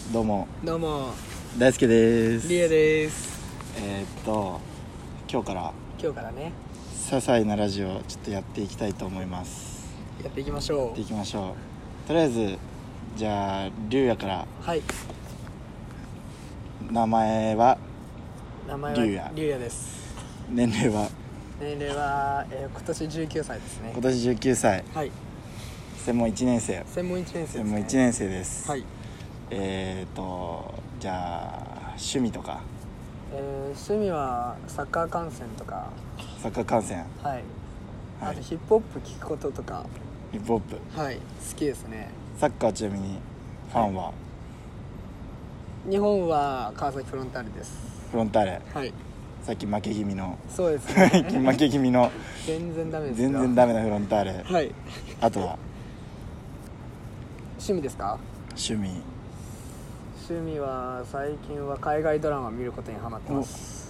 どうもどうも大輔です。 リエです。 今日から今日からね些細なラジオをちょっとやっていきたいと思います。 やっていきましょやっていきましょう。とりあえずじゃあリュウヤから。 はい、 名前は名前はリュウヤ。 リュウヤです。 年齢は年齢は、今年19歳ですね。 今年19歳。 はい、 専門1年生。 専門1年生ですね。 専門1年生です。 はい。 じゃあ趣味とか。 趣味はサッカー観戦とか、 サッカー観戦。 はい、 はいあとヒップホップ聞くこととか、 ヒップホップ。 はい、好きですね。 サッカーちなみにファンは、 日本は川崎フロンターレです。 フロンターレ。 はい、 さっき負け気味のそうですね負け気味の全然ダメですよ。 全然ダメなフロンターレ。 はい。 あとは趣味ですか？ 趣味。 趣味は最近は海外ドラマ見ることにハマってます。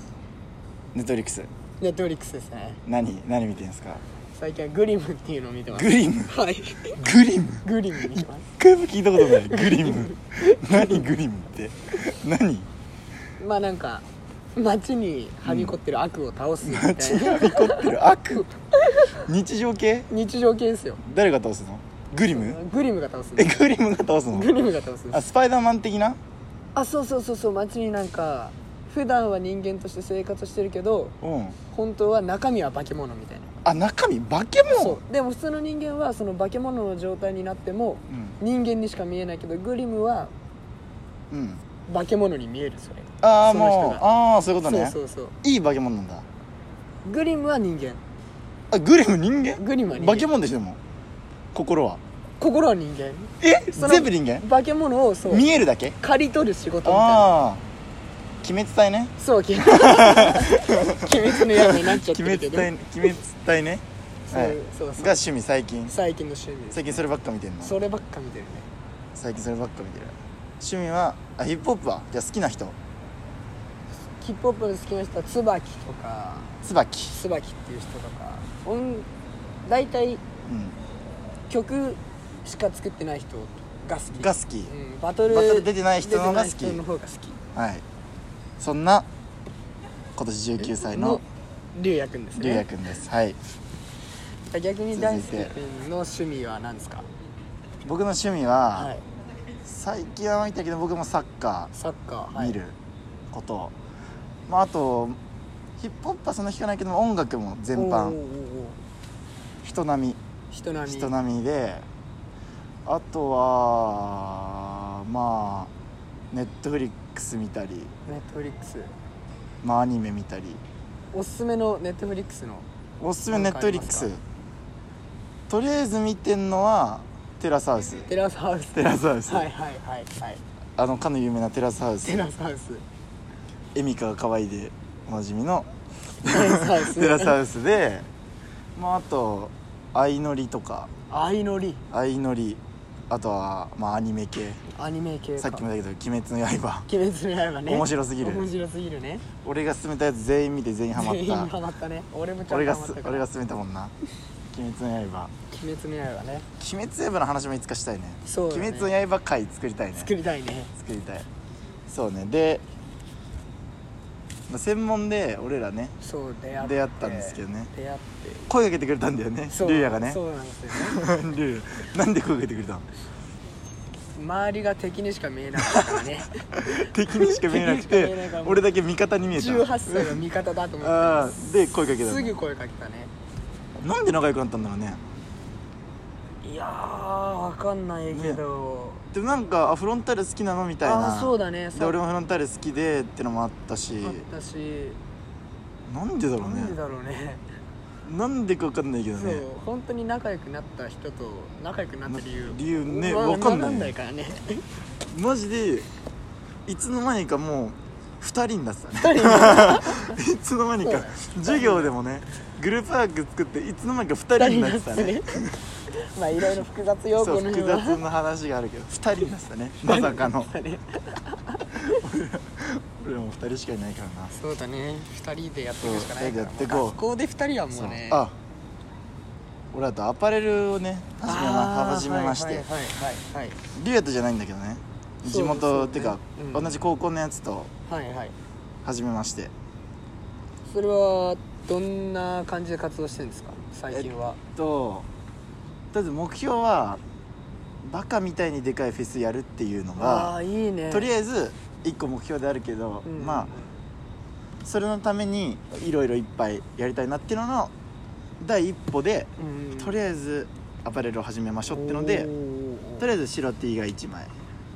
ネットフリックス。 ネットフリックスですね。 何見てんすか？ 最近はグリムっていうのを見てます。 グリム。 はい。 グリムグリム見てます。 一回も聞いたことないグリム何グリムって何？ まあなんか街にはびこってる悪を倒すみたい街にな、 はびこってる悪。日常系？ 日常系ですよ。 誰が倒すの？グリム？ グリムが倒す。 グリムが倒すの？ グリムが倒す。 あ、スパイダーマン的な？ そう街になんか普段は人間として生活してるけどうん。 本当は中身は化け物みたいな。 あ、中身化け物？ そうでも普通の人間はその化け物の状態になっても人間にしか見えないけど、グリムはうん化け物に見える。それああその人もうがそういうことね。 そういい化け物なんだ。 グリムは人間。 あ、グリム人間？ グリムは人間。 化け物でしょ。でも心は心は人間。その全部人間？ 化け物をそう見えるだけ？ 刈り取る仕事みたいな。 ああ鬼滅隊ね。 そう鬼滅の刃になっちゃってるけど鬼滅隊ね。 そう、 はいそうが趣味。最近最近の趣味です。 最近そればっか見てんの？ そればっか見てるね。 最近そればっか見てる。趣味はヒップホップはじゃあ好きな人。 ヒップホップの好きな人は椿とか椿っていう人とか大体うん曲しか作ってない人が好き。 が好き。 うん、バトル出てない人の方が好き。 出てない人の方が好き。 はい。そんな今年19歳のリュウヤくんですね。 リュウヤくんです。はい。 逆に大輔くんの趣味は何ですか？ 僕の趣味は、 はい、 最近は見たけど僕もサッカサッカー、 ー見ること、まああとヒップホップはそんな弾かないけども音楽も全般人並みで、あとはまあネットフリックス見たり、 ネットフリックス、 まあアニメ見たり。 おすすめのネットフリックスのおすすめネットフリックスとりあえず見てんのはテラスハウス。 テラスハウスはいかの有名なテラスハウス。 テラスハウスエミカが可愛いでおなじみのテラスハウステラスハウスで、まああと相乗りとか相乗り、 あとはまあアニメ系。 アニメ系か。 さっきも言ったけど鬼滅の刃鬼滅の刃ね。 面白すぎるね。俺が勧めたやつ全員見て全員ハマった。 全員ハマったね。俺もちょっとハマったから。 俺が勧めたもんな鬼滅の刃。 鬼滅の刃ね。 鬼滅の刃の話もいつかしたいね。 そうだね。 鬼滅の刃会作りたいね。 作りたい。 そうね。で専門で俺らねそう出会ったんですけどね。声かけてくれたんだよね、リュウヤがね。 そうなんですよねリュウヤなんで声かけてくれたの？ 周りが敵にしか見えなかったからね敵にしか見えなくて俺だけ味方に見えた。 18歳は味方だと思ってああで声かけたの。 すぐ声かけたね。 なんで仲良くなったんだろうね。 いやー分かんないけど、 でもなんかフロンターレ好きなのみたいな。 そうだね。 で俺もフロンターレ好きでってのもあったし。なんでだろうね。なんでか分かんないけどね。 そう本当に仲良くなった人と仲良くなった理由ね分かんないからねマジでいつの間にかもう2人になってたねいつの間にか授業でもねグループワーク作っていつの間にか2人になってたねまあいろいろ複雑よ。 そう複雑な話があるけど2人になってたねまさかの俺らも2人しかいないからな。 そうだね。2人でやっていくしかないから。 やってこう。 学校で2人はもうね。 俺だとアパレルをね始めまして。リュウヤとじゃないんだけどね。 地元っていうか、 うん、 同じ高校のやつとはいはい。 初めまして。 それはどんな感じで活動してるんですか最近は。 とりあえず目標はバカみたいにでかいフェスやるっていうのがあーいいね。 とりあえず1個目標であるけど、 うん、 まあそれのためにいろいろいっぱいやりたいなっていうのの第一歩で、 うん、 とりあえずアパレルを始めましょうってので、とりあえず白 T が1枚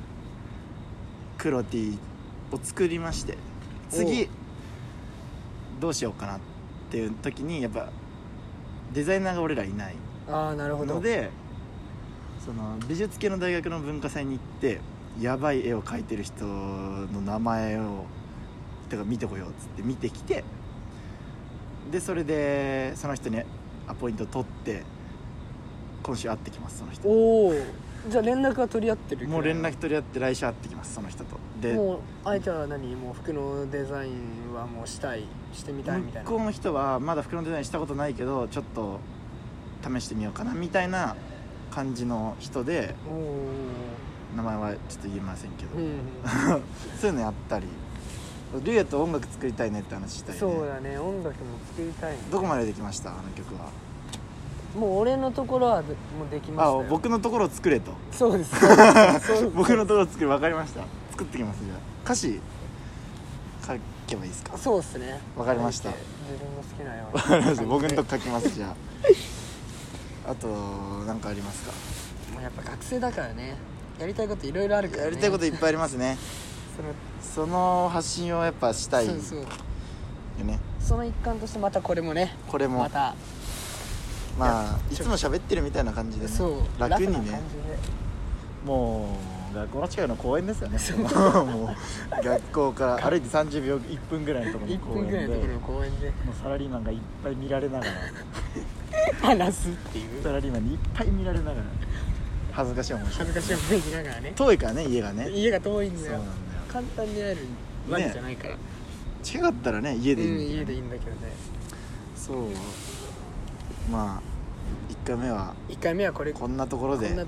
黒 T を作りまして、次どうしようかなっていう時にやっぱデザイナーが俺らいないので、その美術系の大学の文化祭に行ってやばい絵を描いてる人の名前をてか見てこようっつって見てきて、でそれでその人にアポイント取って今週会ってきます。その人おお、じゃあ連絡は取り合ってる。 もう連絡取り合って来週会ってきます。その人とで、 もう相手は何、もう服のデザインはもうしてみたいみたいな。 向こうの人はまだ服のデザインしたことないけどちょっと試してみようかなみたいな感じの人で、名前はちょっと言えませんけど、うん、そういうのやったり、リュウヤと音楽作りたいねって話したいね。 そうだね、音楽も作りたいね。 どこまでできました？あの曲は。 もう俺のところはもうできましたよ。 あ、僕のところを作れと。 そうです僕のところを作る。分かりました。作ってきます。じゃあ歌詞書けばいいですか？ そうですね。 分かりました。 自分の好きなように。 分かりました。僕のとこ書きます。じゃああと何かありますか？ もうやっぱ学生だからね、やりたいこといろいろあるからね。 やりたいこといっぱいありますね。その発信をやっぱしたいよね。 その一環としてまたこれもまたまあいつも喋ってるみたいな感じでね、楽にね、もう学校の近くの公園ですよね。もう学校から歩いて30秒1分ぐらいのところの公園で、もうサラリーマンがいっぱい見られながら話すっていう、 サラリーマンにいっぱい見られながら恥ずかしい思いしながらね、 遠いからね、家が遠いんだよ。簡単に会えるわけじゃないから、 近かったらね家でいいんだけど、 家でいいんだけどね。 そう、まあ1回目はこんなところでね。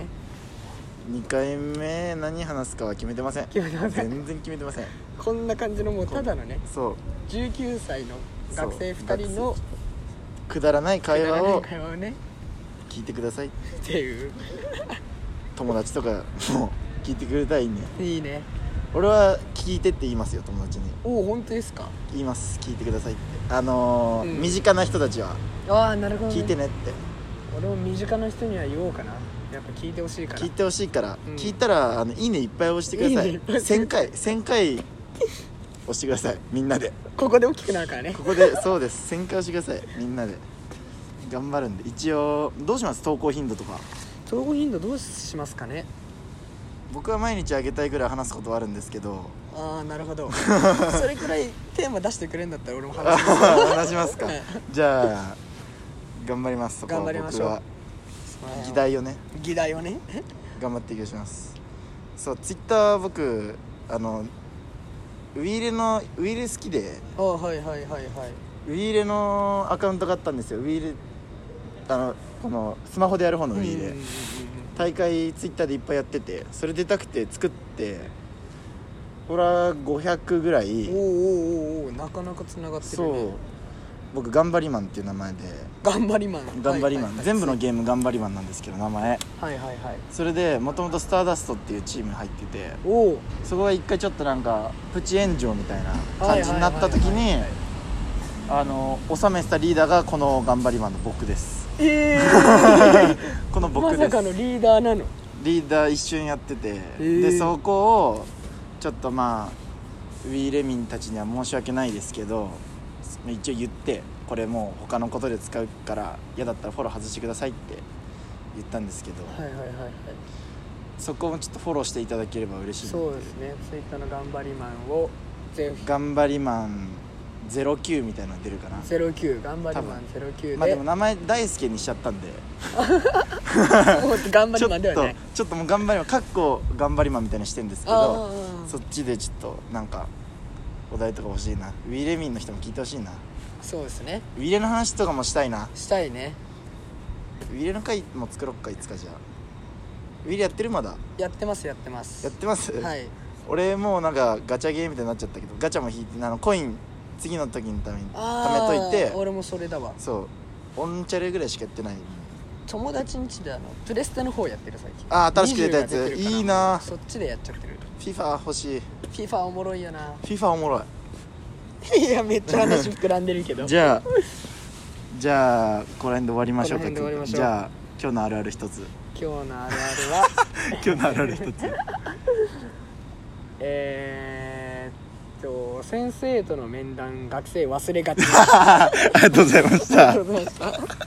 2回目何話すかは決めてません。全然決めてません。 こんな感じのもうただのね、 そう 19歳の学生2人のくだらない会話をね聞いてくださいっていう友達とかも聞いてくれたらいいね。 いいね。 俺は聞いてって言いますよ、友達に。 おお、本当ですか？ 言います、聞いてくださいって。身近な人たちはなるほど、ね、 聞いてねって。 俺も身近な人には言おうかな。やっぱ聞いてほしいから。 聞いたらいいねいっぱい押してください。1000回押してください、みんなで。 ここで大きくなるからね。 ここでそうです、1000回押してください、みんなで頑張るんで。一応どうします？投稿頻度とか。 投稿頻度どうしますかね。 僕は毎日あげたいぐらい話すことはあるんですけど。 なるほど。それくらいテーマ出してくれるんだったら俺も話しますか。じゃあ頑張ります。そこは僕は議題をね頑張っていきます。そう、ツイッター僕ウィーレ好きで、ウィーレのアカウントがあったんですよ。ウィーレこのスマホでやる方のウィーレ、大会ツイッターでいっぱいやってて、それ出たくて作って、ほら500ぐらい。 おなかなかつながってるね。 そう、僕頑張りマンっていう名前で。 頑張りマン、 全部のゲーム頑張りマンなんですけど、名前。それでもともとスターダストっていうチームに入ってて、そこが一回ちょっとなんかプチ炎上みたいな感じになった時に、収めてたリーダーがこの頑張りマンの僕です。この僕です。 まさかのリーダーなの？ リーダー一瞬やってて、でそこをちょっとウィーレミンたちには申し訳ないですけど一応言って、これもう他のことで使うから嫌だったらフォロー外してくださいって言ったんですけど、そこもちょっとフォローしていただければ嬉しい。 そうですね、ツイッターの頑張りマンを頑張りマン09みたいなの出るかな。 09頑張りマン09で、 でも名前大輔にしちゃったんで頑張りマンではない。 ちょっともう頑張りマンかっこ頑張りマンみたいにしてるんですけど、そっちでちょっとなんかお題とか欲しいな。ウィーレミンの人も聞いてほしいな。 そうですね、 ウィーレの話とかもしたいな。 したいね。 ウィーレの回も作ろっか、いつか。じゃあウィリやってる？まだやってますやってます。はい。 俺もうなんかガチャゲーみたいになっちゃったけど、ガチャも引いてコイン次の時のために貯めといて。 俺もそれだわ。 そうオンチャレぐらいしかやってない。 友達ん家でプレステの方やってる最近。 新しく出たやついいな。 そっちでやっちゃってる。 FIFA 欲しい。 FIFA おもろいよな。 FIFA おもろい。いやめっちゃ話膨らんでるけどじゃあこの辺で終わりましょうか。じゃあ今日のあるある一つ。 今日のあるあるは今日のあるある一つ先生との面談学生忘れがちありがとうございました。 ありがとうございました